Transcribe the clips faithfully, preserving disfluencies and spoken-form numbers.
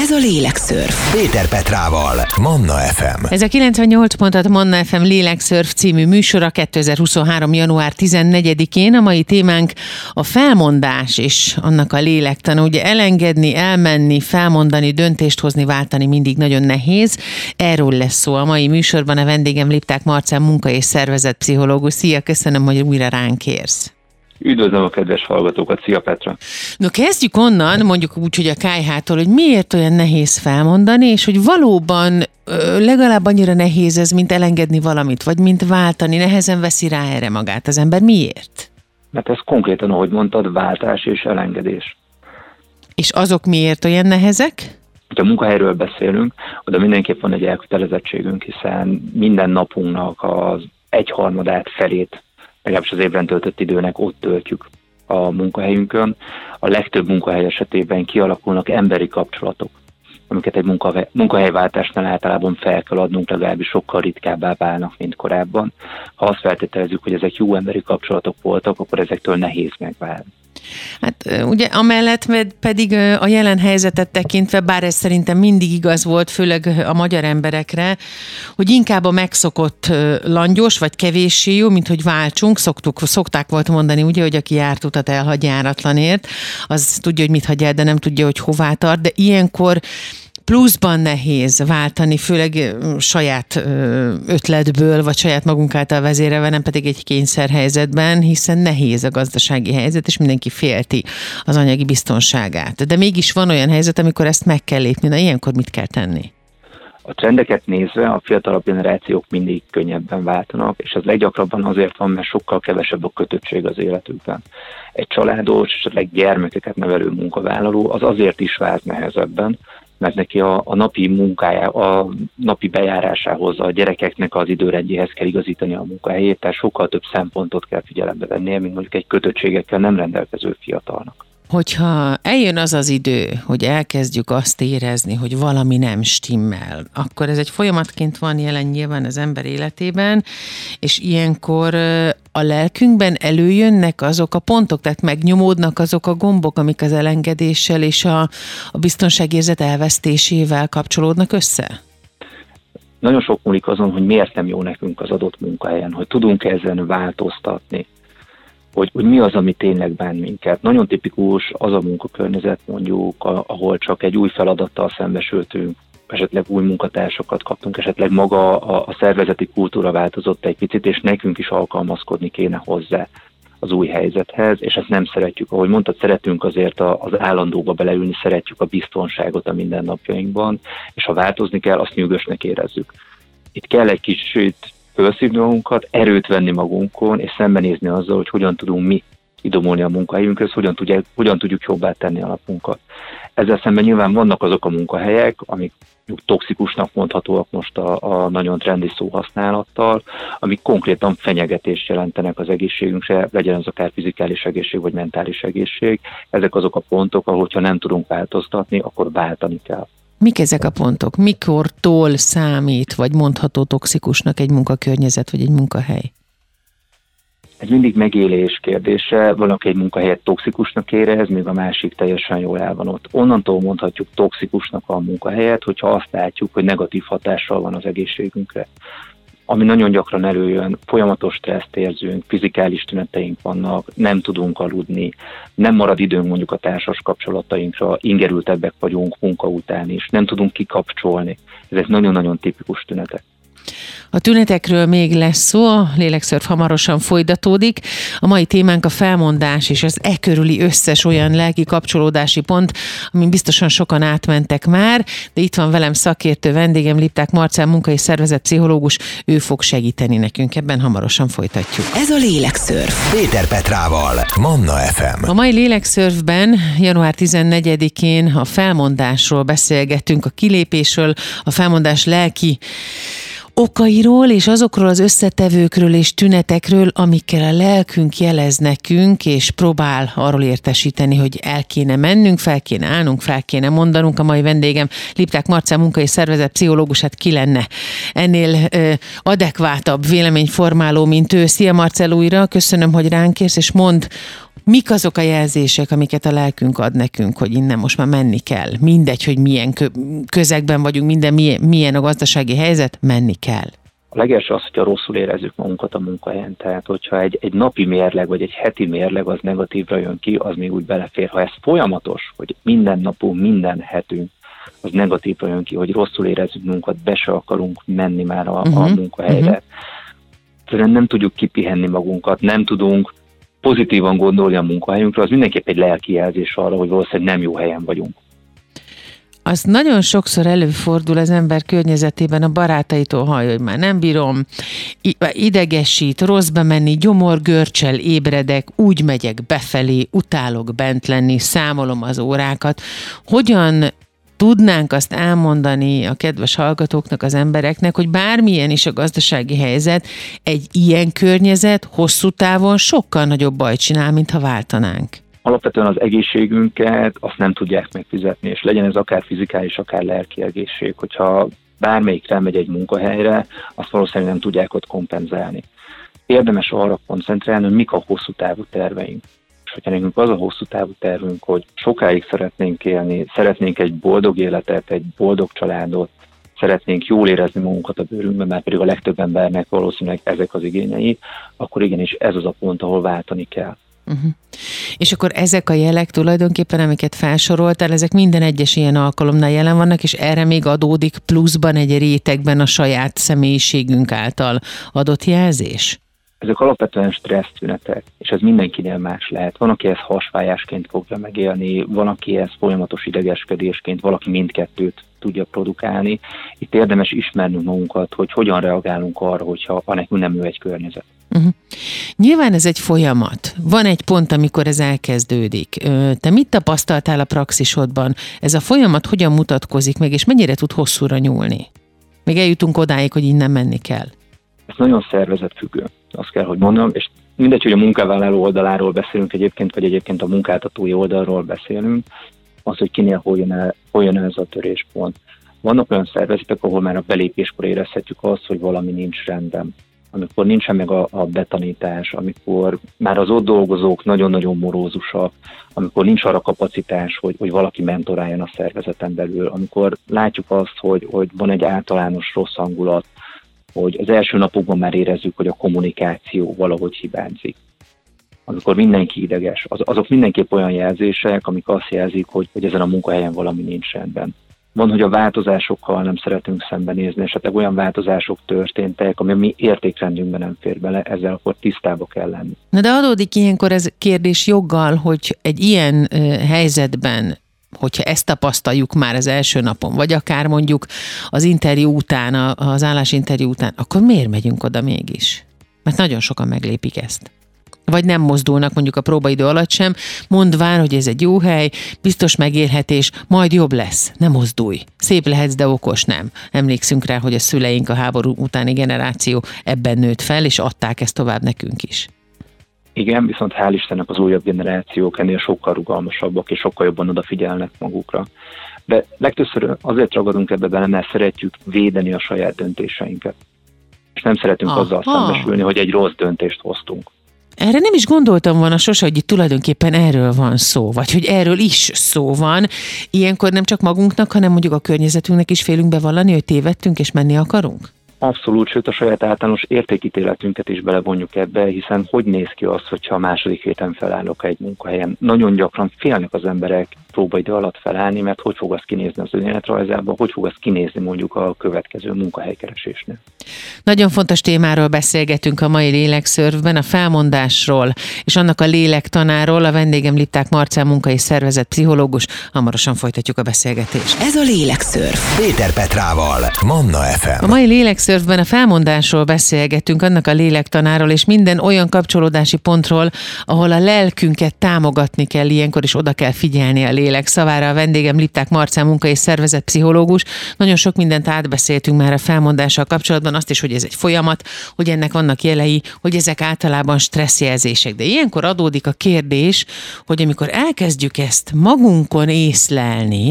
Ez a Lélekszörf. Péter Petrával, Manna ef em. Ez a kilencvennyolc pont hat Manna ef em Lélekszörf című műsora kétezer-huszonhárom. január tizennegyedikén. A mai témánk a felmondás és annak a lélektana. Ugye elengedni, elmenni, felmondani, döntést hozni, váltani mindig nagyon nehéz. Erről lesz szó a mai műsorban. A vendégem Lipták Marcell, munka- és szervezetpszichológus. Szia, köszönöm, hogy újra ránk érsz. Üdvözlöm a kedves hallgatókat, szia Petra! No, kezdjük onnan, mondjuk úgy, hogy a kályhától, hogy miért olyan nehéz felmondani, és hogy valóban ö, legalább annyira nehéz ez, mint elengedni valamit, vagy mint váltani, nehezen veszi rá erre magát az ember. Miért? Mert ez konkrétan, ahogy mondtad, váltás és elengedés. És azok miért olyan nehezek? Ha a munkahelyről beszélünk, oda mindenképp van egy elkötelezettségünk, hiszen minden napunknak az egyharmadát, felét, legalábbis az évben töltött időnek ott töltjük a munkahelyünkön. A legtöbb munkahely esetében kialakulnak emberi kapcsolatok, amiket egy munkahely, munkahelyváltásnál általában fel kell adnunk, legalábbis sokkal ritkábbá válnak, mint korábban. Ha azt feltételezzük, hogy ezek jó emberi kapcsolatok voltak, akkor ezektől nehéz megválni. Hát ugye amellett pedig a jelen helyzetet tekintve, bár ez szerintem mindig igaz volt, főleg a magyar emberekre, hogy inkább a megszokott langyos, vagy kevéssé jó, mint hogy váltsunk. Szoktuk, szokták volt mondani, ugye, hogy aki járt utat elhagy járatlanért, az tudja, hogy mit hagy el, de nem tudja, hogy hová tart, de ilyenkor pluszban nehéz váltani, főleg saját ötletből, vagy saját magunk által vezérelve, nem pedig egy kényszerhelyzetben, hiszen nehéz a gazdasági helyzet, és mindenki félti az anyagi biztonságát. De mégis van olyan helyzet, amikor ezt meg kell lépni. Na, ilyenkor mit kell tenni? A trendeket nézve a fiatalabb generációk mindig könnyebben váltanak, és ez leggyakrabban azért van, mert sokkal kevesebb a kötöttség az életükben. Egy családos, esetleg gyermekeket nevelő munkavállaló az azért is vált nehezebben, mert neki a, a napi munkája, a napi bejárásához, a gyerekeknek az időrendjéhez kell igazítani a munkahelyét, tehát sokkal több szempontot kell figyelembe vennie, mint mondjuk egy kötöttségekkel nem rendelkező fiatalnak. Hogyha eljön az az idő, hogy elkezdjük azt érezni, hogy valami nem stimmel, akkor ez egy folyamatként van jelen nyilván az ember életében, és ilyenkor a lelkünkben előjönnek azok a pontok, tehát megnyomódnak azok a gombok, amik az elengedéssel és a, a biztonságérzet elvesztésével kapcsolódnak össze? Nagyon sok múlik azon, hogy miért nem jó nekünk az adott munkahelyen, hogy tudunk ezen változtatni. Hogy, hogy mi az, ami tényleg bán minket. Nagyon tipikus az a munkakörnyezet mondjuk, ahol csak egy új feladattal szembesültünk, esetleg új munkatársakat kaptunk, esetleg maga a, a szervezeti kultúra változott egy picit, és nekünk is alkalmazkodni kéne hozzá az új helyzethez, és ezt nem szeretjük. Ahogy mondtad, szeretünk azért az állandóba beleülni, szeretjük a biztonságot a mindennapjainkban, és ha változni kell, azt nyűgösnek érezzük. Itt kell egy kicsit felszívni magunkat, erőt venni magunkon, és szembenézni azzal, hogy hogyan tudunk mi idomulni a munkahelyünkhöz, hogyan tudjuk, hogyan tudjuk jobbá tenni a napunkat. Ezzel szemben nyilván vannak azok a munkahelyek, amik toxikusnak mondhatóak most a, a nagyon trendi szóhasználattal, amik konkrétan fenyegetést jelentenek az egészségünkre, legyen az akár fizikális egészség vagy mentális egészség. Ezek azok a pontok, ahol ha nem tudunk változtatni, akkor váltani kell. Mik ezek a pontok? Mikortól számít, vagy mondható toxikusnak egy munkakörnyezet, vagy egy munkahely? Ez mindig megélés kérdése. Valaki egy munkahelyet toxikusnak érez, míg a másik teljesen jól el van ott. Onnantól mondhatjuk toxikusnak a munkahelyet, hogyha azt látjuk, hogy negatív hatással van az egészségünkre. Ami nagyon gyakran előjön, folyamatos stresszt érzünk, fizikális tüneteink vannak, nem tudunk aludni, nem marad időnk mondjuk a társas kapcsolatainkra, ingerültebbek vagyunk munka után is, nem tudunk kikapcsolni. Ezek nagyon-nagyon tipikus tünetek. A tünetekről még lesz szó, a Lélekszörf hamarosan folytatódik. A mai témánk a felmondás és az e körüli összes olyan lelki kapcsolódási pont, amin biztosan sokan átmentek már, de itt van velem szakértő vendégem, Lipták Marcell, munka- és szervezetpszichológus, ő fog segíteni nekünk, ebben hamarosan folytatjuk. Ez a Lélekszörf. Péter Petrával, Manna ef em. A mai Lélekszörfben január tizennegyedikén a felmondásról beszélgettünk, a kilépésről, a felmondás lelki okairól és azokról az összetevőkről és tünetekről, amikkel a lelkünk jelez nekünk, és próbál arról értesíteni, hogy el kéne mennünk, fel kéne állnunk, fel kéne mondanunk. A mai vendégem Lipták Marcell, munka- és szervezetpszichológus, hát ki lenne ennél ö, adekvátabb véleményformáló, mint ő. Szia Marcell újra, köszönöm, hogy ránk érsz, és mondd, Mik azok a jelzések, amiket a lelkünk ad nekünk, hogy innen most már menni kell? Mindegy, hogy milyen közegben vagyunk, minden milyen, milyen a gazdasági helyzet, menni kell. A legelső az, hogyha rosszul érezzük magunkat a munkahelyen. Tehát, hogyha egy, egy napi mérleg, vagy egy heti mérleg az negatívra jön ki, az még úgy belefér. Ha ez folyamatos, hogy minden napunk, minden hetünk, az negatívra jön ki, hogy rosszul érezzük magunkat, be se akarunk menni már a, uh-huh. a munkahelyre. Uh-huh. Nem tudjuk kipihenni magunkat, nem tudunk pozitívan gondolni a munkahelyünkre, az mindenképp egy lelki jelzés arra, hogy valószínűleg nem jó helyen vagyunk. Az nagyon sokszor előfordul az ember környezetében, a barátaitól hallja, hogy már nem bírom, idegesít, rossz bemenni, gyomorgörcsel ébredek, úgy megyek befelé, utálok bent lenni, számolom az órákat. Hogyan tudnánk azt elmondani a kedves hallgatóknak, az embereknek, hogy bármilyen is a gazdasági helyzet, egy ilyen környezet hosszú távon sokkal nagyobb bajt csinál, mint ha váltanánk? Alapvetően az egészségünket azt nem tudják megfizetni, és legyen ez akár fizikális, akár lelki egészség. Hogyha bármelyik elmegy egy munkahelyre, azt valószínűleg nem tudják ott kompenzálni. Érdemes arra koncentrálni, hogy mik a hosszú távú terveink. És hogyha nekünk az a hosszú távú tervünk, hogy sokáig szeretnénk élni, szeretnénk egy boldog életet, egy boldog családot, szeretnénk jól érezni magunkat a bőrünkben, mert pedig a legtöbb embernek valószínűleg ezek az igényei, akkor igenis ez az a pont, ahol váltani kell. Uh-huh. És akkor ezek a jelek tulajdonképpen, amiket felsoroltál, ezek minden egyes ilyen alkalomnál jelen vannak, és erre még adódik pluszban egy rétegben a saját személyiségünk által adott jelzés? Ezek alapvetően stressztünetek, és ez mindenkinél más lehet. Van, aki ezt hasfájásként fogja megélni, van, aki ezt folyamatos idegeskedésként, valaki mindkettőt tudja produkálni. Itt érdemes ismernünk magunkat, hogy hogyan reagálunk arra, hogyha a nekünk nem jó egy környezet. Uh-huh. Nyilván ez egy folyamat. Van egy pont, amikor ez elkezdődik. Te mit tapasztaltál a praxisodban? Ez a folyamat hogyan mutatkozik meg, és mennyire tud hosszúra nyúlni? Még eljutunk odáig, hogy innen menni kell. Ez nagyon szervezetfüggő, azt kell, hogy mondjam, és mindegy, hogy a munkavállaló oldaláról beszélünk egyébként, vagy egyébként a munkáltatói oldalról beszélünk, az, hogy kinél hol jön el, hol jön el ez a töréspont. Vannak olyan szervezetek, ahol már a belépéskor érezhetjük azt, hogy valami nincs rendben. Amikor nincsen meg a, a betanítás, amikor már az ott dolgozók nagyon-nagyon morózusak, amikor nincs arra kapacitás, hogy, hogy valaki mentoráljon a szervezeten belül, amikor látjuk azt, hogy, hogy van egy általános rossz hangulat, hogy az első napokban már érezzük, hogy a kommunikáció valahogy hibázik. Amikor mindenki ideges, az, azok mindenképp olyan jelzések, amik azt jelzik, hogy, hogy ezen a munkahelyen valami nincs rendben. Van, hogy a változásokkal nem szeretünk szembenézni, esetleg olyan változások történtek, ami a mi értékrendünkben nem fér bele, ezzel akkor tisztába kell lenni. Na de adódik ilyenkor ez kérdés joggal, hogy egy ilyen uh, helyzetben, hogyha ezt tapasztaljuk már az első napon, vagy akár mondjuk az interjú után, az állásinterjú után, akkor miért megyünk oda mégis? Mert nagyon sokan meglépik ezt. Vagy nem mozdulnak mondjuk a próbaidő alatt sem, mondván, hogy ez egy jó hely, biztos megélhetés, majd jobb lesz, ne mozdulj. Szép lehetsz, de okos nem. Emlékszünk rá, hogy a szüleink, a háború utáni generáció ebben nőtt fel, és adták ezt tovább nekünk is. Igen, viszont hál' Istennek az újabb generációk ennél sokkal rugalmasabbak, és sokkal jobban odafigyelnek magukra. De legtöbbször azért ragadunk ebbe bele, mert szeretjük védeni a saját döntéseinket. És nem szeretünk Aha. azzal szembesülni, hogy egy rossz döntést hoztunk. Erre nem is gondoltam volna sose, hogy itt tulajdonképpen erről van szó, vagy hogy erről is szó van. Ilyenkor nem csak magunknak, hanem mondjuk a környezetünknek is félünk bevallani, hogy tévedtünk és menni akarunk? Abszolút, sőt a saját általános értékítéletünket is belevonjuk ebbe, hiszen hogy néz ki az, hogyha a második héten felállok egy munkahelyen. Nagyon gyakran félnek az emberek próbaidő alatt felállni, mert hogy fog az kinézni az önéletrajzában, hogy fog az kinézni mondjuk a következő munkahelykeresésnél. Nagyon fontos témáról beszélgetünk a mai Lélekszörfben, a felmondásról és annak a lélektanáról. A vendégem Lipták Marcell munka- és szervezetpszichológus. Hamarosan folytatjuk a beszélgetést. Ez a Lélekszörf. Péter Petrával, Manna ef em. A mai Lélekszörfben a felmondásról beszélgetünk, annak a lélektanáról és minden olyan kapcsolódási pontról, ahol a lelkünket támogatni kell ilyenkor, és oda kell figyelni a lélek szavára. A vendégem Lipták Marcell munka- és szervezetpszichológus. Nagyon sok mindent átbeszéltünk már a felmondással kapcsolatban, azt is, hogy ez egy folyamat, hogy ennek vannak jelei, hogy ezek általában stresszjelzések. De ilyenkor adódik a kérdés, hogy amikor elkezdjük ezt magunkon észlelni,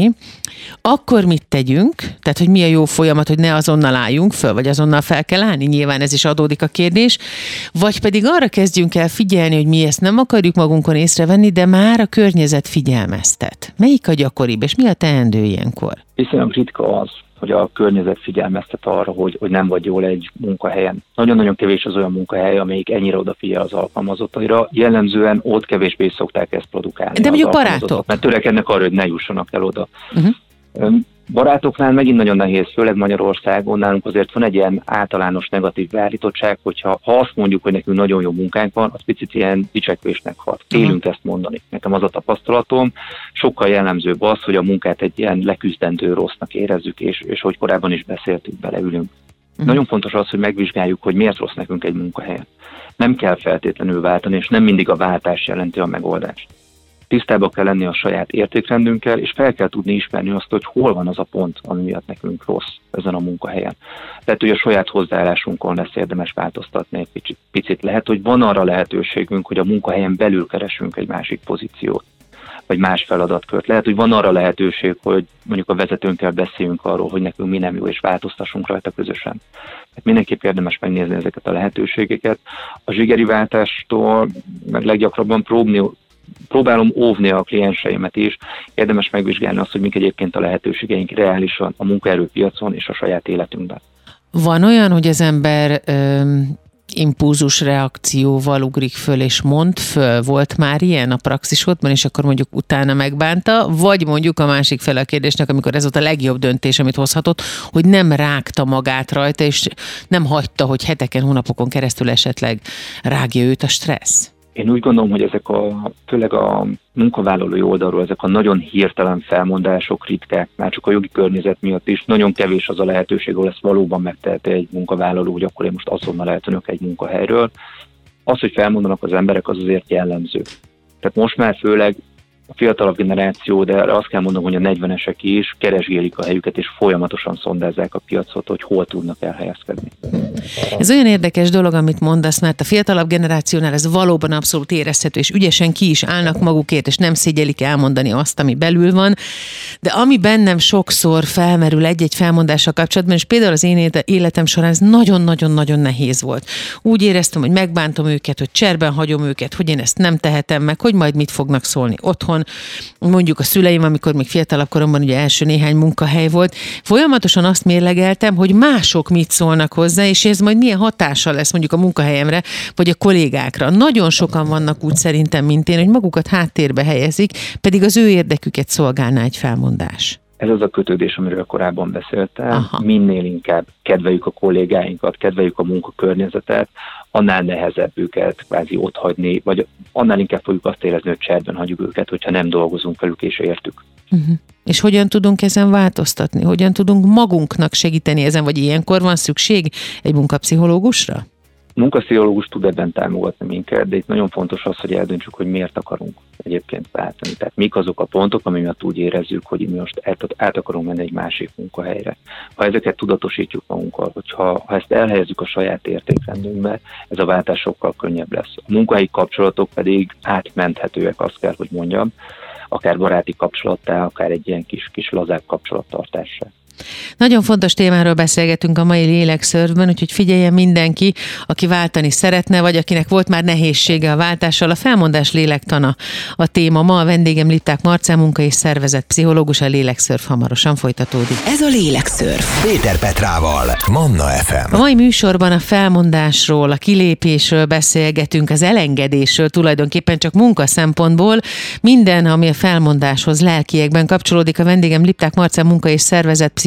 Akkor mit tegyünk? Tehát, hogy mi a jó folyamat, hogy ne azonnal álljunk föl, vagy azonnal fel kell állni? Nyilván ez is adódik a kérdés. Vagy pedig arra kezdjünk el figyelni, hogy mi ezt nem akarjuk magunkon észrevenni, de már a környezet figyelmeztet. Melyik a gyakoribb, és mi a teendő ilyenkor? Viszonylag ritka az, hogy a környezet figyelmeztet arra, hogy, hogy nem vagy jól egy munkahelyen. Nagyon-nagyon kevés az olyan munkahely, amelyik ennyire odafigyel az alkalmazottaira. Jellemzően ott kevésbé szokták ezt produkálni. De mondjuk barátok. Mert törekednek arra, hogy ne jussanak el oda. Uh-huh. Barátoknál megint nagyon nehéz, főleg Magyarországon, nálunk azért van egy ilyen általános negatív beállítottság, hogyha ha azt mondjuk, hogy nekünk nagyon jó munkánk van, az picit ilyen dicsekvésnek hat. Félünk uh-huh. ezt mondani. Nekem az a tapasztalatom, sokkal jellemzőbb az, hogy a munkát egy ilyen leküzdendő rossznak érezzük, és, és hogy korábban is beszéltük, beleülünk. Uh-huh. Nagyon fontos az, hogy megvizsgáljuk, hogy miért rossz nekünk egy munkahelyen. Nem kell feltétlenül váltani, és nem mindig a váltás jelenti a megoldást. Tisztába kell lenni a saját értékrendünkkel, és fel kell tudni ismerni azt, hogy hol van az a pont, ami miatt nekünk rossz ezen a munkahelyen. Tehát, hogy a saját hozzáállásunkon lesz érdemes változtatni egy picit. picit. Lehet, hogy van arra lehetőségünk, hogy a munkahelyen belül keresünk egy másik pozíciót, vagy más feladatkört. Lehet, hogy van arra lehetőség, hogy mondjuk a vezetőnkkel beszéljünk arról, hogy nekünk mi nem jó, és változtassunk rajta közösen. Tehát mindenképp érdemes megnézni ezeket a lehetőségeket. A zsigeri váltástól meg leggyakrabban próbálni, próbálom óvni a klienseimet is, érdemes megvizsgálni azt, hogy mik egyébként a lehetőségeink reálisan a munkaerőpiacon és a saját életünkben. Van olyan, hogy az ember ö, impulzus reakcióval ugrik föl és mond föl? Volt már ilyen a praxisodban, és akkor mondjuk utána megbánta, vagy mondjuk a másik fele a kérdésnek, amikor ez volt a legjobb döntés, amit hozhatott, hogy nem rágta magát rajta, és nem hagyta, hogy heteken, hónapokon keresztül esetleg rágja őt a stressz? Én úgy gondolom, hogy ezek a, főleg a munkavállalói oldalról ezek a nagyon hirtelen felmondások ritkák, már csak a jogi környezet miatt is. Nagyon kevés az a lehetőség, ahol ezt valóban megteheti egy munkavállaló, hogy akkor én most azonnal eltűnök egy munkahelyről. Az, hogy felmondanak az emberek, az azért jellemző. Tehát most már főleg a fiatalabb generáció, de azt kell mondanom, hogy a negyvenesek is keresgélik a helyüket, és folyamatosan szondázzák a piacot, hogy hol tudnak elhelyezkedni. Ez olyan érdekes dolog, amit mondasz, mert a fiatalabb generációnál ez valóban abszolút érezhető, és ügyesen ki is állnak magukért, és nem szégyelik elmondani azt, ami belül van. De ami bennem sokszor felmerül egy-egy felmondással kapcsolatban, és például az én életem során ez nagyon-nagyon-nagyon nehéz volt. Úgy éreztem, hogy megbántom őket, hogy cserben hagyom őket, hogy én ezt nem tehetem meg, hogy majd mit fognak szólni otthon. Mondjuk a szüleim, amikor még fiatalabb koromban ugye első néhány munkahely volt, folyamatosan azt mérlegeltem, hogy mások mit szólnak hozzá, és ez majd milyen hatással lesz mondjuk a munkahelyemre, vagy a kollégákra. Nagyon sokan vannak úgy szerintem, mint én, hogy magukat háttérbe helyezik, pedig az ő érdeküket szolgálná egy felmondás. Ez az a kötődés, amiről korábban beszéltem. Aha. Minél inkább kedveljük a kollégáinkat, kedveljük a munkakörnyezetet, annál nehezebb őket kvázi otthagyni, vagy annál inkább fogjuk azt érezni, hogy cserben hagyjuk őket, hogyha nem dolgozunk velük és értük. Uh-huh. És hogyan tudunk ezen változtatni? Hogyan tudunk magunknak segíteni ezen, vagy ilyenkor van szükség egy munkapszichológusra? Munkapszichológus tud ebben támogatni minket, de itt nagyon fontos az, hogy eldöntsük, hogy miért akarunk egyébként váltani. Tehát mik azok a pontok, ami miatt úgy érezzük, hogy mi most át, át akarunk menni egy másik munkahelyre. Ha ezeket tudatosítjuk magunkkal, hogyha ha ezt elhelyezzük a saját értékrendünkbe, ez a váltás sokkal könnyebb lesz. A munkahelyi kapcsolatok pedig átmenthetőek, azt kell, hogy mondjam, akár baráti kapcsolattá, akár egy ilyen kis, kis lazább kapcsolattartássá. Nagyon fontos témáról beszélgetünk a mai Lélekszörfben, úgyhogy figyeljen mindenki, aki váltani szeretne, vagy akinek volt már nehézsége a váltással. A felmondás lélektana a téma. Ma a vendégem Lipták Marcell, munka- és szervezetpszichológus, a Lélekszörf hamarosan folytatódik. Ez a Lélekszörf. Péter Petrával, Manna ef em. A mai műsorban a felmondásról, a kilépésről beszélgetünk, az elengedésről tulajdonképpen csak munka szempontból. Minden, ami a felmondáshoz lelkiekben kapcsolódik. A vendégem Lipták Marcell, munka- és szervezetpszichológus,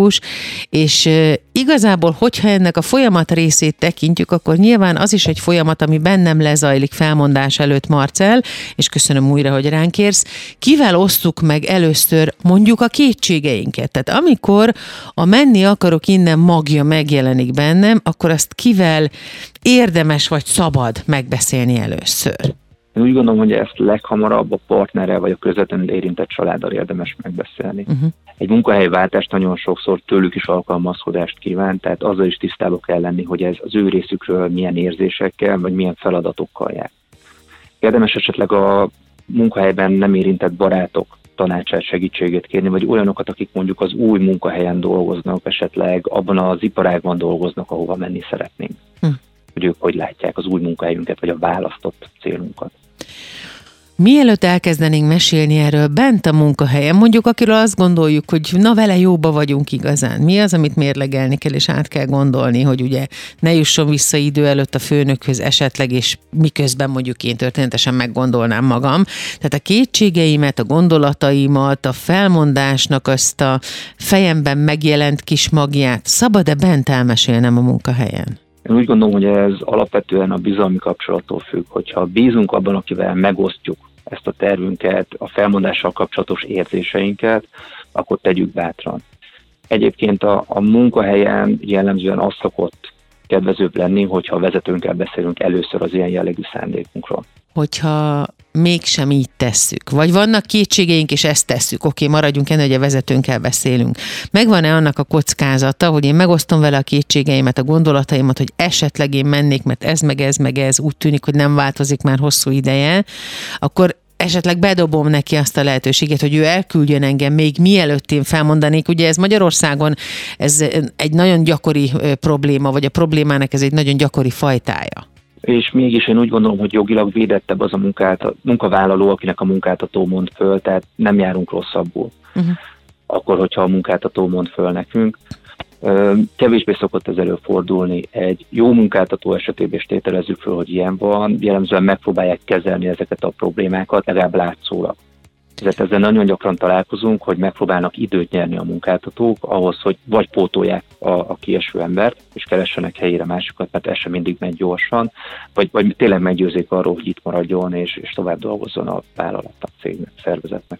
és igazából, hogyha ennek a folyamat részét tekintjük, akkor nyilván az is egy folyamat, ami bennem lezajlik felmondás előtt, Marcell, és köszönöm újra, hogy ránk érsz. Kivel osztuk meg először mondjuk a kétségeinket? Tehát amikor a menni akarok innen magja megjelenik bennem, akkor azt kivel érdemes vagy szabad megbeszélni először? Én úgy gondolom, hogy ezt leghamarabb a partnerrel vagy a közvetlenül érintett családdal érdemes megbeszélni. Uh-huh. Egy munkahelyváltást nagyon sokszor tőlük is alkalmazkodást kíván, tehát azzal is tisztában kell lenni, hogy ez az ő részükről milyen érzésekkel, vagy milyen feladatokkal jár. Érdemes esetleg a munkahelyben nem érintett barátok tanácsát, segítségét kérni, vagy olyanokat, akik mondjuk az új munkahelyen dolgoznak, esetleg abban az iparágban dolgoznak, ahova menni szeretnénk. Hm. Hogy ők hogy látják az új munkahelyünket, vagy a választott célunkat. Mielőtt elkezdenénk mesélni erről bent a munkahelyen, mondjuk akiről azt gondoljuk, hogy na vele jóba vagyunk igazán. Mi az, amit mérlegelni kell, és át kell gondolni, hogy ugye ne jusson vissza idő előtt a főnökhöz esetleg, és miközben mondjuk én történetesen meggondolnám magam. Tehát a kétségeimet, a gondolataimat, a felmondásnak azt a fejemben megjelent kis magját szabad-e bent elmesélnem a munkahelyen? Én úgy gondolom, hogy ez alapvetően a bizalmi kapcsolattól függ, hogyha bízunk abban, akivel megosztjuk ezt a tervünket, a felmondással kapcsolatos érzéseinket, akkor tegyük bátran. Egyébként a, a munkahelyen jellemzően az szokott kedvezőbb lenni, hogyha a vezetőnkkel beszélünk először az ilyen jellegű szándékunkról. Hogyha mégsem így tesszük, vagy vannak kétségeink, és ezt tesszük, oké, maradjunk ennél, hogy a vezetőnkkel beszélünk. Megvan-e annak a kockázata, hogy én megosztom vele a kétségeimet, a gondolataimat, hogy esetleg én mennék, mert ez meg ez meg ez úgy tűnik, hogy nem változik már hosszú ideje, akkor esetleg bedobom neki azt a lehetőséget, hogy ő elküldjön engem még mielőtt én felmondanék. Ugye ez Magyarországon ez egy nagyon gyakori probléma, vagy a problémának ez egy nagyon gyakori fajtája. És mégis én úgy gondolom, hogy jogilag védettebb az a munkát, munkavállaló, akinek a munkáltató mond föl, tehát nem járunk rosszabbul. Uh-huh. Akkor, hogyha a munkáltató mond föl nekünk. Kevésbé szokott ez előfordulni. Egy jó munkáltató esetében is tételezzük föl, hogy ilyen van, jellemzően megpróbálják kezelni ezeket a problémákat, legalább látszólag. Tehát ezzel nagyon gyakran találkozunk, hogy megpróbálnak időt nyerni a munkáltatók ahhoz, hogy vagy pótolják a, a kieső embert, és keressenek helyére másikat, mert ez sem mindig megy gyorsan, vagy, vagy tényleg meggyőzik arról, hogy itt maradjon, és, és tovább dolgozzon a vállalatnak, cégnek, szervezetnek.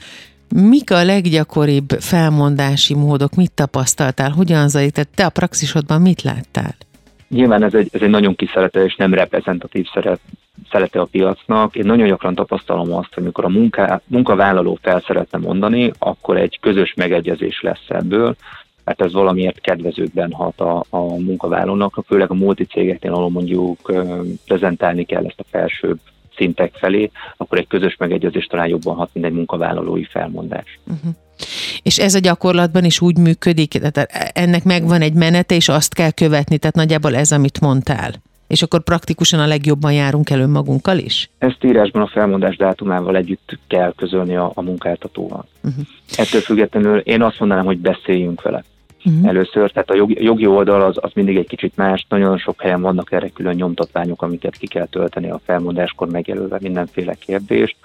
Mik a leggyakoribb felmondási módok? Mit tapasztaltál? Hogyan zajlik? Tehát te a praxisodban mit láttál? Nyilván ez egy, ez egy nagyon kiszerete és nem reprezentatív szeret, szerete a piacnak. Én nagyon gyakran tapasztalom azt, hogy amikor a munká, munkavállaló fel szeretne mondani, akkor egy közös megegyezés lesz ebből, mert ez valamiért kedvezőbben hat a, a munkavállalónak, főleg a multicégeknél, ahol mondjuk prezentálni kell ezt a felsőbb szintek felé, akkor egy közös megegyezés talán jobban hat, mint egy munkavállalói felmondás. Uh-huh. És ez a gyakorlatban is úgy működik, tehát ennek megvan egy menete, és azt kell követni, tehát nagyjából ez, amit mondtál. És akkor praktikusan a legjobban járunk el önmagunkkal is? Ezt írásban a felmondás dátumával együtt kell közölni a, a munkáltatóval. Uh-huh. Ettől függetlenül én azt mondanám, hogy beszéljünk vele. Uh-huh. Először, tehát a jogi, jogi oldal az, az mindig egy kicsit más, nagyon sok helyen vannak erre külön nyomtatványok, amiket ki kell tölteni a felmondáskor megjelölve mindenféle kérdést.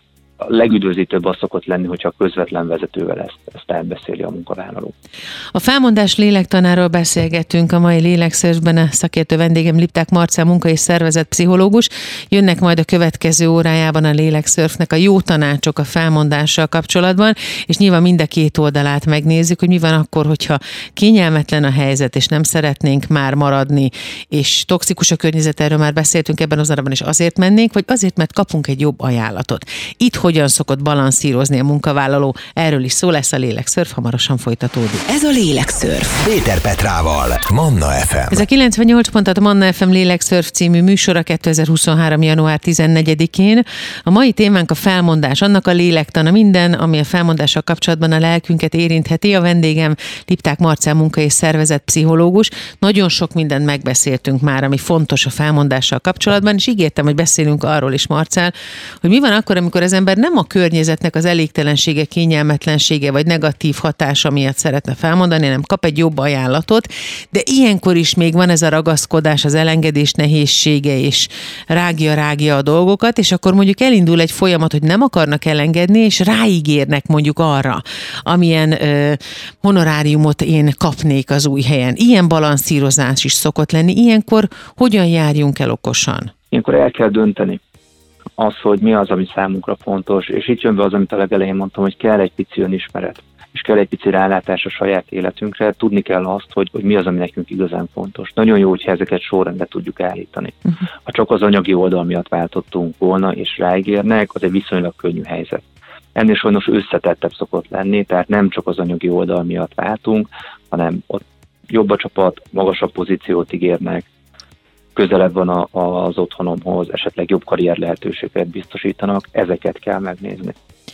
A legüdvözítőbb az szokott lenni, hogyha a közvetlen vezetővel ezt, ezt elbeszéli a munkavállaló. A felmondás lélektanáról beszélgetünk a mai Lélekszörfben, a szakértő vendégem Lipták Marcell, munka- és szervezetpszichológus. Jönnek majd a következő órájában a Lélekszörfnek a jó tanácsok a felmondással kapcsolatban, és nyilván mind a két oldalát megnézzük, hogy mi van akkor, hogyha kényelmetlen a helyzet, és nem szeretnénk már maradni, és toxikus a környezet, erről már beszéltünk ebben az órában, és azért mennénk, vagy azért, mert kapunk egy jobb ajánlatot. Itt hogyan szokott balanszírozni a munkavállaló? Erről is szó lesz a Lélekszörf, hamarosan folytatódik. Ez a Lélekszörf. Péter Petrával, Manna ef em. Ez a kilencvennyolc pont hat Manna ef em Lélekszörf című műsora kétezer-huszonhárom. január tizennegyedikén. A mai témánk a felmondás, annak a lélektana, minden, ami a felmondással kapcsolatban a lelkünket érintheti. A vendégem Lipták Marcell, munka- és szervezetpszichológus. Nagyon sok mindent megbeszéltünk már, ami fontos a felmondással kapcsolatban, és ígértem, hogy beszélünk arról is, Marcell, hogy mi van akkor, amikor az ember nem a környezetnek az elégtelensége, kényelmetlensége vagy negatív hatása miatt szeretne felmondani, hanem kap egy jobb ajánlatot, de ilyenkor is még van ez a ragaszkodás, az elengedés nehézsége, és rágja-rágja a dolgokat, és akkor mondjuk elindul egy folyamat, hogy nem akarnak elengedni, és ráígérnek mondjuk arra, amilyen ö, honoráriumot én kapnék az új helyen. Ilyen balanszírozás is szokott lenni. Ilyenkor hogyan járjunk el okosan? Ilyenkor el kell dönteni az, hogy mi az, ami számunkra fontos, és itt jön be az, amit a legelején mondtam, hogy kell egy pici önismeret, és kell egy pici rálátás a saját életünkre, tudni kell azt, hogy, hogy mi az, ami nekünk igazán fontos. Nagyon jó, hogyha ezeket sorrendbe tudjuk állítani. Uh-huh. Ha csak az anyagi oldal miatt váltottunk volna, és ráígérnek, az egy viszonylag könnyű helyzet. Ennél sajnos összetettebb szokott lenni, tehát nem csak az anyagi oldal miatt váltunk, hanem ott jobb a csapat, magasabb pozíciót ígérnek, közelebb van a, az otthonomhoz, esetleg jobb karrier lehetőséget biztosítanak, ezeket kell megnézni.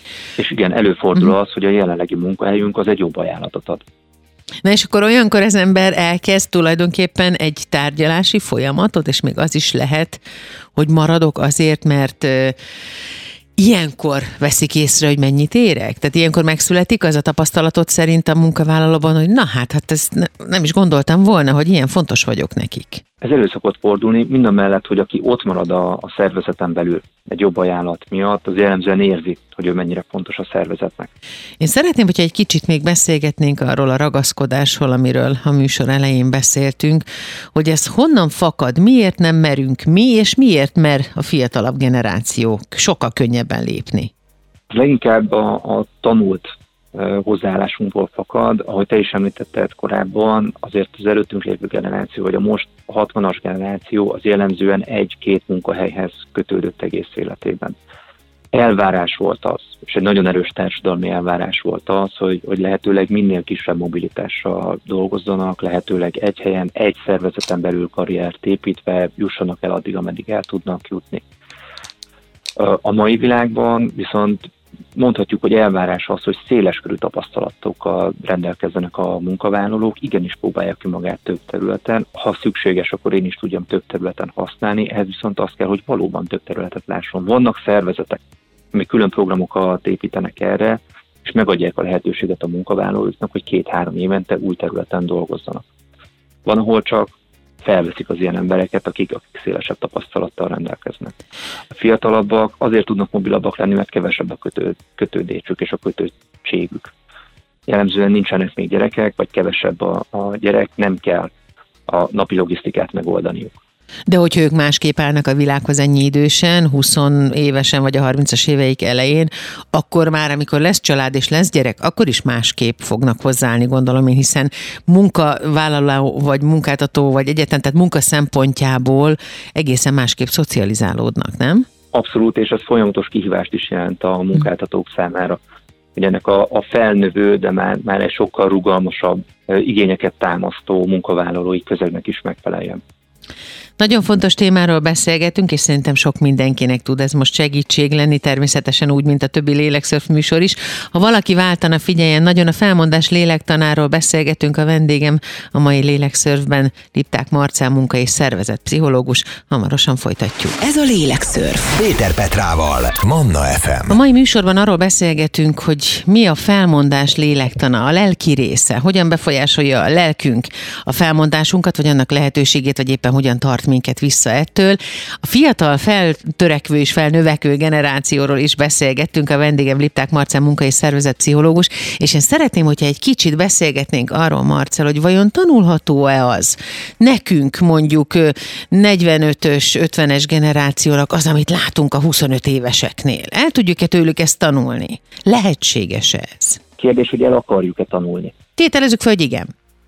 És igen, előfordul uh-huh. az, hogy a jelenlegi munkahelyünk az egy jobb ajánlatot ad. Na és akkor olyankor az ember elkezd tulajdonképpen egy tárgyalási folyamatot, és még az is lehet, hogy maradok azért, mert uh, ilyenkor veszik észre, hogy mennyit érek? Tehát ilyenkor megszületik az a tapasztalatot szerint a munkavállalóban, hogy na hát, hát ezt ne, nem is gondoltam volna, hogy ilyen fontos vagyok nekik. Ez elő szokott fordulni, mindamellett, hogy aki ott marad a, a szervezeten belül egy jobb ajánlat miatt, az jellemzően érzi, hogy ő mennyire fontos a szervezetnek. Én szeretném, hogyha egy kicsit még beszélgetnénk arról a ragaszkodásról, amiről a műsor elején beszéltünk, hogy ez honnan fakad, miért nem merünk mi, és miért mer a fiatalabb generáció sokkal könnyebben lépni. Leginkább a, a tanult hozzáállásunkból fakad, ahogy te is említetted korábban, azért az előttünk lévő generáció, vagy a most a hatvanas generáció az jellemzően egy-két munkahelyhez kötődött egész életében. Elvárás volt az, és egy nagyon erős társadalmi elvárás volt az, hogy, hogy lehetőleg minél kisebb mobilitással dolgozzanak, lehetőleg egy helyen, egy szervezeten belül karriert építve jussanak el addig, ameddig el tudnak jutni. A mai világban viszont mondhatjuk, hogy elvárás az, hogy széleskörű tapasztalatokkal rendelkezzenek a munkavállalók, igenis próbálják ki magát több területen. Ha szükséges, akkor én is tudjam több területen használni, ehhez viszont az kell, hogy valóban több területet lásson. Vannak szervezetek, amik külön programokat építenek erre, és megadják a lehetőséget a munkavállalóknak, hogy két-három évente új területen dolgozzanak. Van, ahol csak felveszik az ilyen embereket, akik, akik szélesebb tapasztalattal rendelkeznek. A fiatalabbak azért tudnak mobilabbak lenni, mert kevesebb a kötő, kötődésük és a kötöttségük. Jellemzően nincsenek még gyerekek, vagy kevesebb a, a gyerek, nem kell a napi logisztikát megoldaniuk. De hogyha ők másképp állnak a világhoz ennyi idősen, húsz évesen vagy a harmincas éveik elején, akkor már, amikor lesz család és lesz gyerek, akkor is másképp fognak hozzáállni, gondolom én, hiszen munkavállaló vagy munkáltató vagy egyetem, tehát munka szempontjából egészen másképp szocializálódnak, nem? Abszolút, és ez folyamatos kihívást is jelent a munkáltatók számára, hogy ennek a, a felnövő, de már, már egy sokkal rugalmasabb, igényeket támasztó munkavállalói közegnek is megfeleljen. Nagyon fontos témáról beszélgetünk, és szerintem sok mindenkinek tud ez most segítség lenni, természetesen úgy, mint a többi lélekszörf műsor is. Ha valaki váltana, figyeljen, nagyon a felmondás lélektanáról beszélgetünk, a vendégem a mai lélekszörfben Lipták Marcell, munka- és szervezetpszichológus. Hamarosan folytatjuk. Ez a lélekszörf. Péter Petrával, Manna ef em. A mai műsorban arról beszélgetünk, hogy mi a felmondás lélektana, a lelki része, hogyan befolyásolja a lelkünk a felmondásunkat, vagy annak lehetőségét, vagy éppen hogyan tart minket vissza ettől. A fiatal, feltörekvő és felnövekvő generációról is beszélgettünk, a vendégem Lipták Marcell, munka- és szervezetpszichológus, és én szeretném, hogyha egy kicsit beszélgetnénk arról, Marcell, hogy vajon tanulható-e az nekünk, mondjuk negyvenötös, ötvenes generációnak az, amit látunk a huszonöt éveseknél. El tudjuk-e tőlük ezt tanulni? Lehetséges ez? Kérdés, hogy el akarjuk-e tanulni? Tételezzük fel, hogy igen.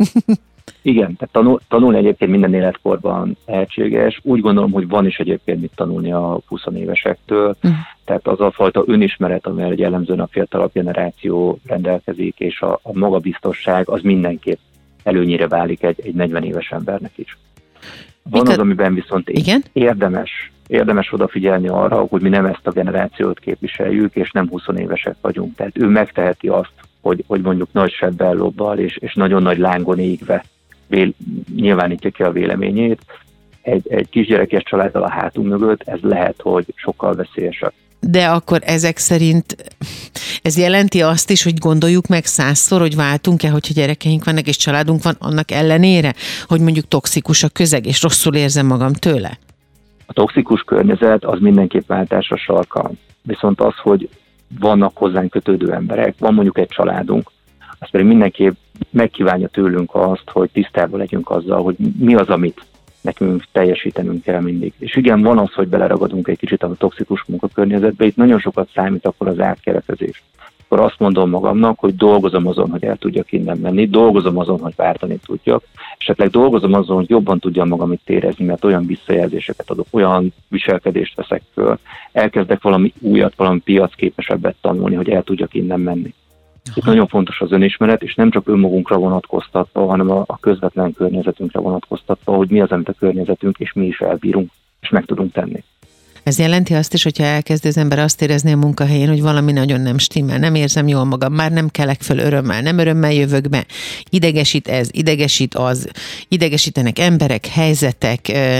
Igen, tehát tanul, tanulni egyébként minden életkorban lehetséges. Úgy gondolom, hogy van is egyébként mit tanulni a huszonévesektől. Mm. Tehát az a fajta önismeret, amivel jellemzően a fiatalabb generáció rendelkezik, és a, a magabiztosság, az mindenképp előnyire válik egy, egy negyven éves embernek is. Van Mik az, amiben viszont igen? érdemes, érdemes odafigyelni arra, hogy mi nem ezt a generációt képviseljük, és nem huszonévesek vagyunk. Tehát ő megteheti azt, hogy, hogy mondjuk nagy sebbellobbal és, és nagyon nagy lángon égve vél, nyilvánítja ki a véleményét. Egy, egy kisgyerekes családdal a hátunk mögött ez lehet, hogy sokkal veszélyesebb. De akkor ezek szerint ez jelenti azt is, hogy gondoljuk meg százszor, hogy váltunk-e, hogyha gyerekeink vannak és családunk van, annak ellenére, hogy mondjuk toxikus a közeg, és rosszul érzem magam tőle? A toxikus környezet az mindenképp váltásra sarkal. Viszont az, hogy vannak hozzánk kötődő emberek, van mondjuk egy családunk, az pedig mindenképp megkívánja tőlünk azt, hogy tisztában legyünk azzal, hogy mi az, amit nekünk teljesítenünk kell mindig. És igen, van az, hogy beleragadunk egy kicsit a toxikus munkakörnyezetbe, itt nagyon sokat számít akkor az átkeretezés. Akkor azt mondom magamnak, hogy dolgozom azon, hogy el tudjak innen menni, dolgozom azon, hogy váltani tudjak, esetleg dolgozom azon, hogy jobban tudjam magam itt érezni, mert olyan visszajelzéseket adok, olyan viselkedést veszek föl, elkezdek valami újat, valami piacképesebbet tanulni, hogy el tudjak innen menni. Itt nagyon fontos az önismeret, és nem csak önmagunkra vonatkoztatva, hanem a, a közvetlen környezetünkre vonatkoztatva, hogy mi az, amit a környezetünk, és mi is elbírunk, és meg tudunk tenni. Ez jelenti azt is, hogyha elkezd az ember azt érezni a munkahelyén, hogy valami nagyon nem stimmel, nem érzem jól magam, már nem kelek föl örömmel, nem örömmel jövök be, idegesít ez, idegesít az, idegesítenek emberek, helyzetek,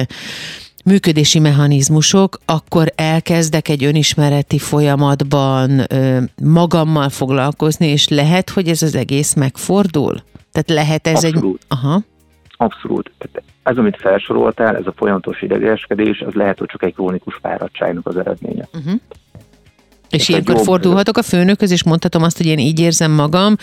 működési mechanizmusok, akkor elkezdek egy önismereti folyamatban magammal foglalkozni, és lehet, hogy ez az egész megfordul? Tehát lehet ez Abszolút. egy... Aha. Abszolút. Ez, amit felsoroltál, ez a folyamatos idegeskedés, az lehet, hogy csak egy krónikus fáradtságnak az eredménye. Uh-huh. És ilyenkor fordulhatok a főnökhöz, és mondhatom azt, hogy én így érzem magam,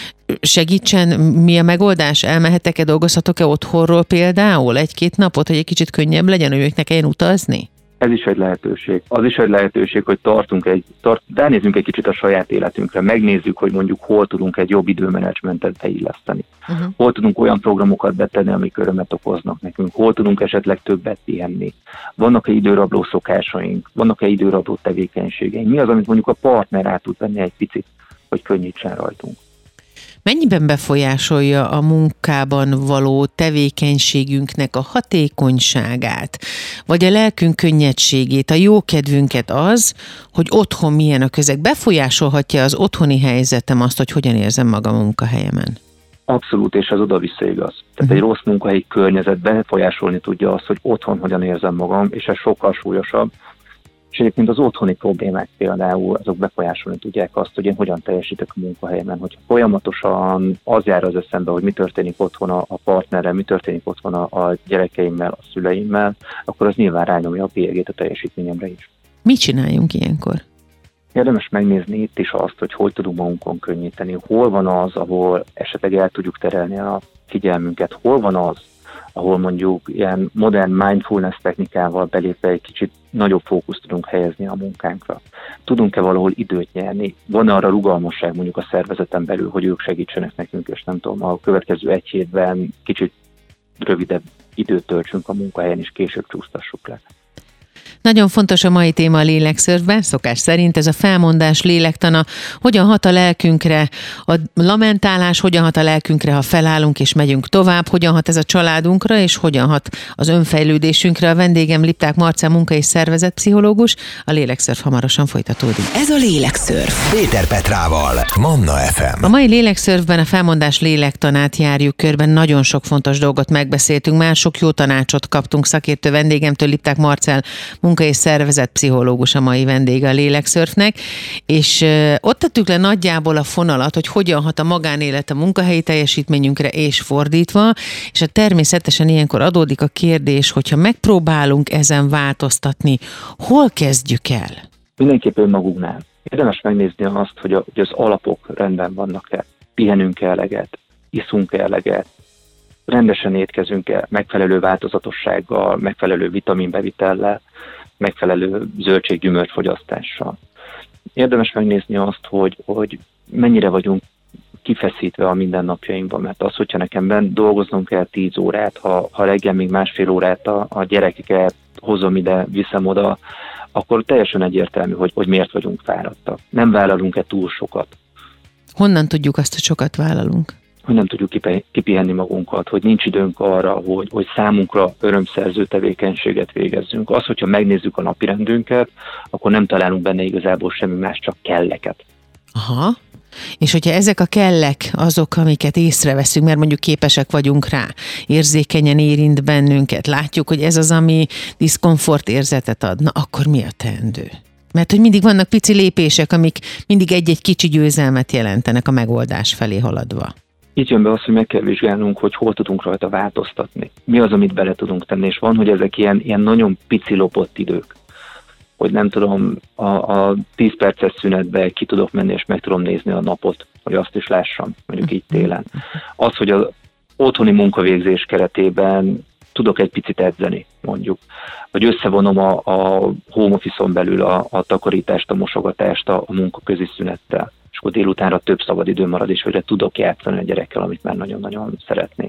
segítsen, mi a megoldás? Elmehetek-e, dolgozhatok-e otthonról például egy-két napot, hogy egy kicsit könnyebb legyen, hogy ők ne kelljen utazni? Ez is egy lehetőség. Az is egy lehetőség, hogy tartunk egy, tart, ránézzünk egy kicsit a saját életünkre, megnézzük, hogy mondjuk hol tudunk egy jobb időmenedzsmentet beilleszteni. Uh-huh. Hol tudunk olyan programokat betenni, amik örömet okoznak nekünk, hol tudunk esetleg többet pihenni. Vannak-e időrabló szokásaink, vannak-e időrabló tevékenységeink, mi az, amit mondjuk a partner rá tud venni egy picit, hogy könnyítsen rajtunk. Mennyiben befolyásolja a munkában való tevékenységünknek a hatékonyságát, vagy a lelkünk könnyedségét, a jókedvünket az, hogy otthon milyen a közeg? Befolyásolhatja az otthoni helyzetem azt, hogy hogyan érzem magam a munkahelyemen? Abszolút, és ez oda-vissza igaz. Tehát egy rossz munkahelyi környezet befolyásolni tudja azt, hogy otthon hogyan érzem magam, és ez sokkal súlyosabb. És egyébként az otthoni problémák például, azok befolyásolni tudják azt, hogy én hogyan teljesítek a munkahelyemen, hogy folyamatosan az jár az eszembe, hogy mi történik otthon a, a partnerrel, mi történik otthon a, a gyerekeimmel, a szüleimmel, akkor az nyilván rányomja a bélyegét a teljesítményemre is. Mit csináljunk ilyenkor? Érdemes megnézni itt is azt, hogy hogy tudunk magunkon könnyíteni, hol van az, ahol esetleg el tudjuk terelni a figyelmünket, hol van az, ahol mondjuk ilyen modern mindfulness technikával belépve egy kicsit nagyobb fókuszt tudunk helyezni a munkánkra. Tudunk-e valahol időt nyerni? Van arra rugalmasság mondjuk a szervezeten belül, hogy ők segítsenek nekünk, és nem tudom, a következő egy hétben kicsit rövidebb időt töltsünk a munkahelyen, és később csúsztassuk le. Nagyon fontos a mai téma a lélekszörfben, szokás szerint ez a felmondás lélektana, hogyan hat a lelkünkre a lamentálás, hogyan hat a lelkünkre, ha felállunk és megyünk tovább, hogyan hat ez a családunkra, és hogyan hat az önfejlődésünkre. A vendégem Lipták Marcell munka- és szervezetpszichológus, a lélekszörf hamarosan folytatódik. Ez a lélekszörf. Péter Petrával, Manna ef em. A mai lélekszörfben a felmondás lélektanát járjuk körben, nagyon sok fontos dolgot megbeszéltünk, már sok jó tanácsot kaptunk szakértő vendégemtől, Lipták Marcell munka- és szervezetpszichológus a mai vendége a lélekszörfnek, és ott tettük le nagyjából a fonalat, hogy hogyan hat a magánélet a munkahelyi teljesítményünkre, és fordítva, és a természetesen ilyenkor adódik a kérdés, hogyha megpróbálunk ezen változtatni, hol kezdjük el? Mindenképpen önmagunknál. Érdemes megnézni azt, hogy, a, hogy az alapok rendben vannak-e, pihenünk-e eleget, iszunk-e eleget, rendesen étkezünk-e, megfelelő változatossággal, megfelelő vitaminbevitellel, megfelelő zöldség-gyümölcsfogyasztással. Érdemes megnézni azt, hogy, hogy mennyire vagyunk kifeszítve a mindennapjainkban, mert az, hogyha nekem bent dolgoznom kell tíz órát, ha, ha reggel még másfél órát a, a gyerekeket hozom ide, viszem oda, akkor teljesen egyértelmű, hogy, hogy miért vagyunk fáradtak. Nem vállalunk-e túl sokat? Honnan tudjuk azt, hogy sokat vállalunk? Hogy nem tudjuk kipihenni magunkat, hogy nincs időnk arra, hogy, hogy számunkra örömszerző tevékenységet végezzünk. Az, hogyha megnézzük a napirendünket, akkor nem találunk benne igazából semmi más, csak kelleket. Aha. És hogyha ezek a kellek azok, amiket észreveszünk, mert mondjuk képesek vagyunk rá, érzékenyen érint bennünket, látjuk, hogy ez az, ami diszkomfort érzetet ad, na akkor mi a teendő? Mert hogy mindig vannak pici lépések, amik mindig egy-egy kicsi győzelmet jelentenek a megoldás felé haladva. Így jön be az, hogy meg kell vizsgálnunk, hogy hol tudunk rajta változtatni. Mi az, amit bele tudunk tenni, és van, hogy ezek ilyen, ilyen nagyon pici lopott idők. Hogy nem tudom, a, a tíz perces szünetbe ki tudok menni, és meg tudom nézni a napot, hogy azt is lássam, mondjuk így télen. Az, hogy az otthoni munkavégzés keretében tudok egy picit edzeni, mondjuk. Vagy összevonom a, a home office-on belül a, a takarítást, a mosogatást a, a munkaközi szünettel. És akkor délutánra több szabad idő marad, és hogy tudok játszani a gyerekkel, amit már nagyon-nagyon szeretnék.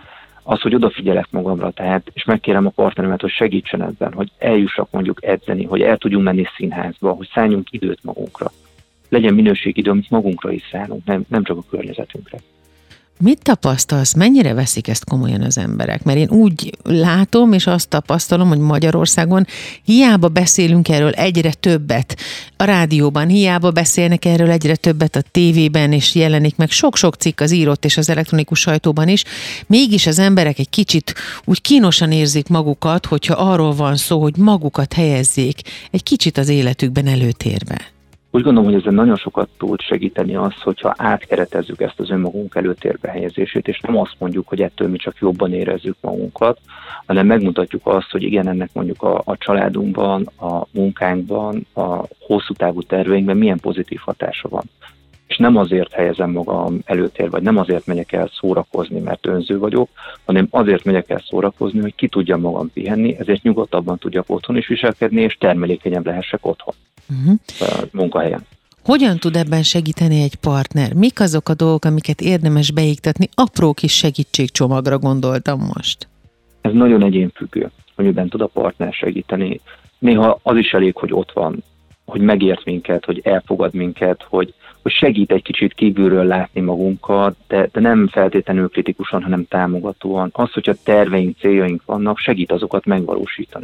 Az, hogy odafigyelek magamra, tehát, és megkérem a partneremet, hogy segítsen ebben, hogy eljussak mondjuk edzeni, hogy el tudjunk menni színházba, hogy szálljunk időt magunkra. Legyen minőségidő, amit magunkra is szállunk, nem, nem csak a környezetünkre. Mit tapasztalsz, mennyire veszik ezt komolyan az emberek? Mert én úgy látom, és azt tapasztalom, hogy Magyarországon hiába beszélünk erről egyre többet a rádióban, hiába beszélnek erről egyre többet a tévében, és jelenik meg sok-sok cikk az írott és az elektronikus sajtóban is, mégis az emberek egy kicsit úgy kínosan érzik magukat, hogyha arról van szó, hogy magukat helyezzék egy kicsit az életükben előtérbe. Úgy gondolom, hogy ezzel nagyon sokat tud segíteni az, hogyha átkeretezzük ezt az önmagunk előtérbe helyezését, és nem azt mondjuk, hogy ettől mi csak jobban érezzük magunkat, hanem megmutatjuk azt, hogy igen, ennek mondjuk a, a családunkban, a munkánkban, a hosszú távú terveinkben milyen pozitív hatása van. És nem azért helyezem magam előtér, vagy nem azért megyek el szórakozni, mert önző vagyok, hanem azért megyek el szórakozni, hogy ki tudjam magam pihenni, ezért nyugodtabban tudjak otthon is viselkedni, és termelékenyebb lehessek otthon, uh-huh. a munkahelyen. Hogyan tud ebben segíteni egy partner? Mik azok a dolgok, amiket érdemes beiktatni? Apró kis segítségcsomagra gondoltam most. Ez nagyon egyénfüggő, hogy miben tud a partner segíteni. Néha az is elég, hogy ott van, hogy megért minket, hogy elfogad minket, hogy, hogy segít egy kicsit kívülről látni magunkat, de, de nem feltétlenül kritikusan, hanem támogatóan. Az, hogyha terveink, céljaink vannak, segít azokat megvalósítani.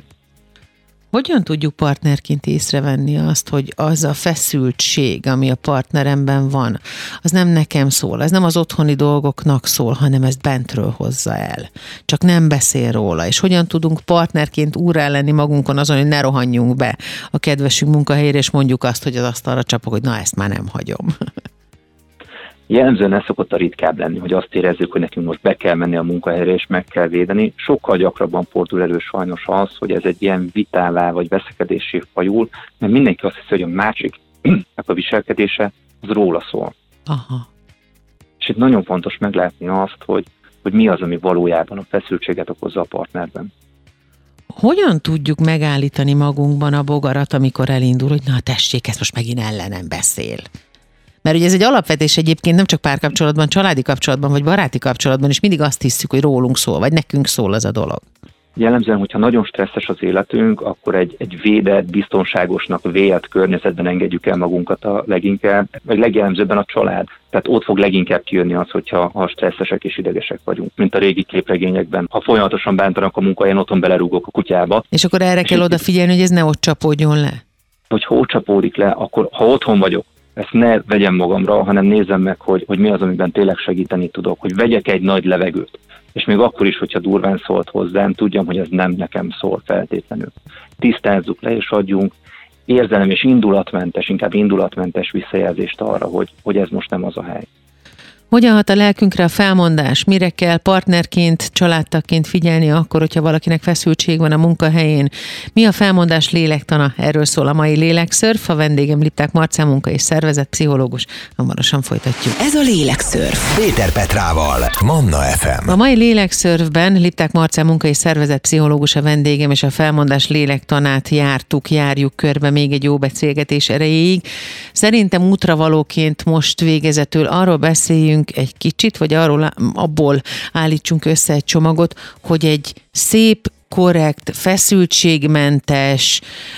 Hogyan tudjuk partnerként észrevenni azt, hogy az a feszültség, ami a partneremben van, az nem nekem szól, ez nem az otthoni dolgoknak szól, hanem ezt bentről hozza el. Csak nem beszél róla. És hogyan tudunk partnerként úrrá lenni magunkon azon, hogy ne rohanjunk be a kedvesünk munkahelyére, és mondjuk azt, hogy az asztalra csapok, hogy na, ezt már nem hagyom. Jellemzően ez szokott a ritkább lenni, hogy azt érezzük, hogy nekünk most be kell menni a munkahelyre, és meg kell védeni. Sokkal gyakrabban fordul elő sajnos az, hogy ez egy ilyen vitává vagy veszekedéssé fajul, mert mindenki azt hiszi, hogy a másiknak a viselkedése az róla szól. Aha. És itt nagyon fontos meglátni azt, hogy, hogy mi az, ami valójában a feszültséget okozza a partnerben. Hogyan tudjuk megállítani magunkban a bogarat, amikor elindul, hogy na tessék, ezt most megint ellenem beszél? Mert ugye ez egy alapvetés egyébként nem csak párkapcsolatban, családi kapcsolatban, vagy baráti kapcsolatban is mindig azt hiszük, hogy rólunk szól, vagy nekünk szól az a dolog. Jellemzően, hogyha nagyon stresszes az életünk, akkor egy, egy védett, biztonságosnak vélt környezetben engedjük el magunkat a leginkább, vagy legjellemzőbben a család. Tehát ott fog leginkább kijönni az, hogyha ha stresszesek és idegesek vagyunk, mint a régi képregényekben. Ha folyamatosan bántanak a munkahelyen, otthon belerúgok a kutyába. És akkor erre és kell odafigyelni, hogy ez ne ott csapódjon le? Hogyha ott csapódik le, akkor ha otthon vagyok, ezt ne vegyem magamra, hanem nézzem meg, hogy, hogy mi az, amiben tényleg segíteni tudok, hogy vegyek egy nagy levegőt. És még akkor is, hogyha durván szólt hozzám, tudjam, hogy ez nem nekem szól feltétlenül. Tisztázzuk le, és adjunk érzelem és indulatmentes, inkább indulatmentes visszajelzést arra, hogy, hogy ez most nem az a hely. Hogyan hat a lelkünkre a felmondás? Mire kell partnerként, családtagként figyelni akkor, hogyha valakinek feszültség van a munkahelyén? Mi a felmondás lélektana? Erről szól a mai Lélekszörf. A vendégem Lipták Marcell, munka- és szervezetpszichológus. Hamarosan folytatjuk. Ez a Lélekszörf. Péter Petrával, Manna ef em. A mai Lélekszörfben Lipták Marcell, munka- és szervezetpszichológus a vendégem, és a felmondás lélektanát jártuk, járjuk körbe még egy jó beszélgetés erejéig. Szerintem útravalóként most végezetül arról beszéljünk egy kicsit, vagy arról, abból állítsunk össze egy csomagot, hogy egy szép, korrekt, feszültségmentes,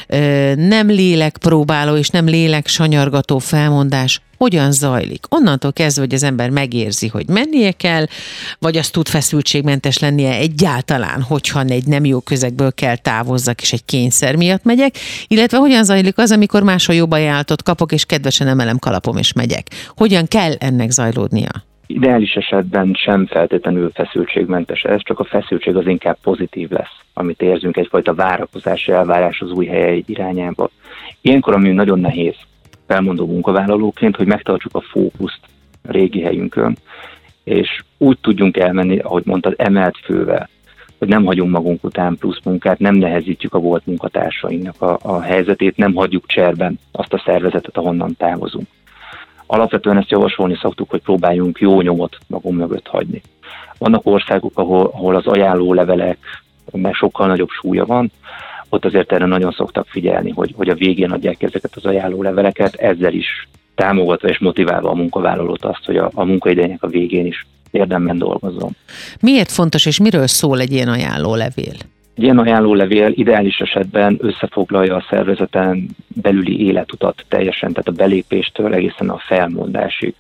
nem lélekpróbáló és nem léleksanyargató felmondás hogyan zajlik? Onnantól kezdve, hogy az ember megérzi, hogy mennie kell, vagy az tud feszültségmentes lennie egyáltalán, hogyha egy nem jó közegből kell távozzak, és egy kényszer miatt megyek, illetve hogyan zajlik az, amikor máshol jobb ajánlatot kapok, és kedvesen emelem kalapom, és megyek. Hogyan kell ennek zajlódnia? Ideális esetben sem feltétlenül feszültségmentes ez, csak a feszültség az inkább pozitív lesz, amit érzünk, egyfajta várakozás, elvárás az új helye irányába. Ilyenkor, ami nagyon nehéz felmondó munkavállalóként, hogy megtartsuk a fókuszt a régi helyünkön, és úgy tudjunk elmenni, ahogy mondtad, emelt fővel, hogy nem hagyunk magunk után plusz munkát, nem nehezítjük a volt munkatársainknak a, a helyzetét, nem hagyjuk cserben azt a szervezetet, ahonnan távozunk. Alapvetően ezt javasolni szoktuk, hogy próbáljunk jó nyomot magunk mögött hagyni. Vannak országok, ahol, ahol az ajánlólevelek, meg sokkal nagyobb súlya van, ott azért erre nagyon szoktak figyelni, hogy, hogy a végén adják ezeket az ajánlóleveleket, ezzel is támogatva és motiválva a munkavállalót azt, hogy a, a munkaidejének a végén is érdemben dolgozzon. Miért fontos és miről szól egy ilyen ajánlólevél? Egy ilyen ajánlólevél ideális esetben összefoglalja a szervezeten belüli életutat teljesen, tehát a belépéstől egészen a felmondásig.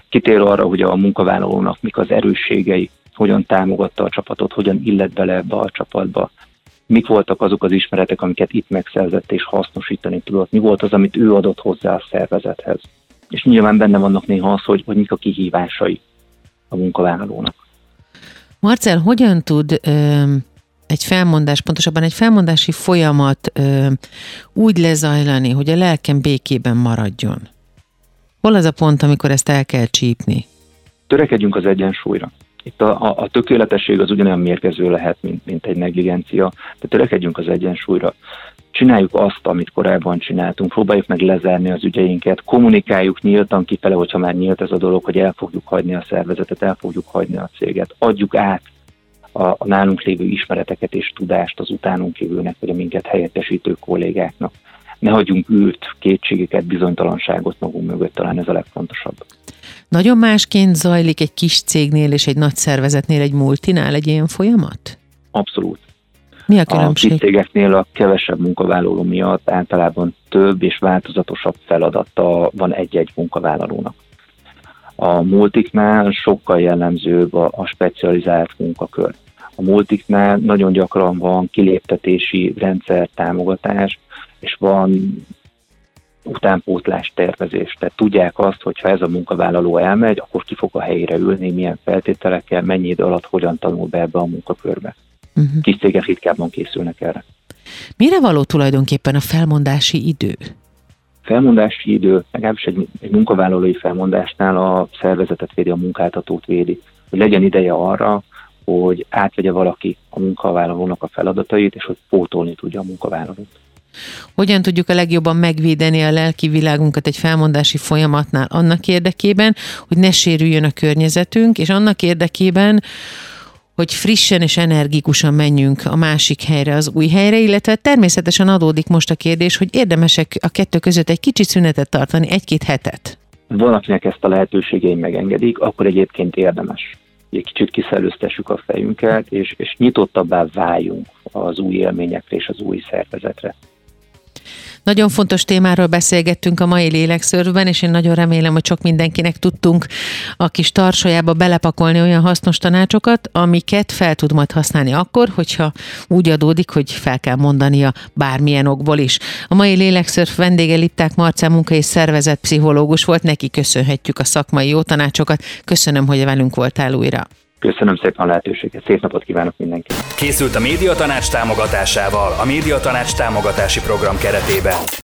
kitér arra, hogy a munkavállalónak mik az erősségei, hogyan támogatta a csapatot, hogyan illett bele ebbe a csapatba, mik voltak azok az ismeretek, amiket itt megszerzett és hasznosítani tudott, mi volt az, amit ő adott hozzá a szervezethez. És nyilván benne vannak néha az, hogy, hogy mik a kihívásai a munkavállalónak. Marcell, hogyan tud ö, egy felmondás, pontosabban egy felmondási folyamat ö, úgy lezajlani, hogy a lelkem békében maradjon? Hol az a pont, amikor ezt el kell csípni? Törekedjünk az egyensúlyra. Itt a, a, a tökéletesség az ugyanolyan mérgező lehet, mint, mint egy negligencia, de törekedjünk az egyensúlyra. Csináljuk azt, amit korábban csináltunk, próbáljuk meg lezárni az ügyeinket, kommunikáljuk nyíltan kifele, hogyha már nyílt ez a dolog, hogy el fogjuk hagyni a szervezetet, el fogjuk hagyni a céget. Adjuk át a, a nálunk lévő ismereteket és tudást az utánunk lévőnek, vagy a minket helyettesítő kollégáknak. Ne hagyjunk ült kétségeket, bizonytalanságot magunk mögött, talán ez a legfontosabb. Nagyon másként zajlik egy kis cégnél és egy nagy szervezetnél, egy multinál egy ilyen folyamat? Abszolút. Mi a különbség? A kis cégeknél a kevesebb munkavállaló miatt általában több és változatosabb feladata van egy-egy munkavállalónak. A multiknál sokkal jellemzőbb a, a specializált munkakör. A multiknál nagyon gyakran van kiléptetési rendszer támogatás, és van utánpótlás tervezés. Tehát tudják azt, hogy ha ez a munkavállaló elmegy, akkor ki fog a helyére ülni, milyen feltételekkel, mennyi idő alatt, hogyan tanul be ebbe a munkakörbe. Uh-huh. Kis cégek ritkábban készülnek erre. Mire való tulajdonképpen a felmondási idő? Felmondási idő, legalábbis egy, egy munkavállalói felmondásnál a szervezetet védi, a munkáltatót védi, hogy legyen ideje arra, hogy átvegye valaki a munkavállalónak a feladatait, és hogy pótolni tudja a munkavállalót. Hogyan tudjuk a legjobban megvédeni a lelki világunkat egy felmondási folyamatnál annak érdekében, hogy ne sérüljön a környezetünk, és annak érdekében, hogy frissen és energikusan menjünk a másik helyre, az új helyre, illetve természetesen adódik most a kérdés, hogy érdemesek a kettő között egy kicsit szünetet tartani, egy-két hetet. Valakinek ezt a lehetőségeim megengedik, akkor egyébként érdemes. Egy kicsit kiszellőztessük a fejünket, és, és nyitottabbá váljunk az új élményekre és az új szervezetre. Nagyon fontos témáról beszélgettünk a mai Lélekszörfben, és én nagyon remélem, hogy sok mindenkinek tudtunk a kis tarsolyába belepakolni olyan hasznos tanácsokat, amiket fel tud majd használni akkor, hogyha úgy adódik, hogy fel kell mondania bármilyen okból is. A mai Lélekszörf vendége Lipták Marcell munka- és szervezetpszichológus volt, neki köszönhetjük a szakmai jó tanácsokat. Köszönöm, hogy velünk voltál újra. Köszönöm szépen a lehetőséget, szép napot kívánok mindenkinek! Készült a Médiatanács támogatásával a Médiatanács támogatási program keretében.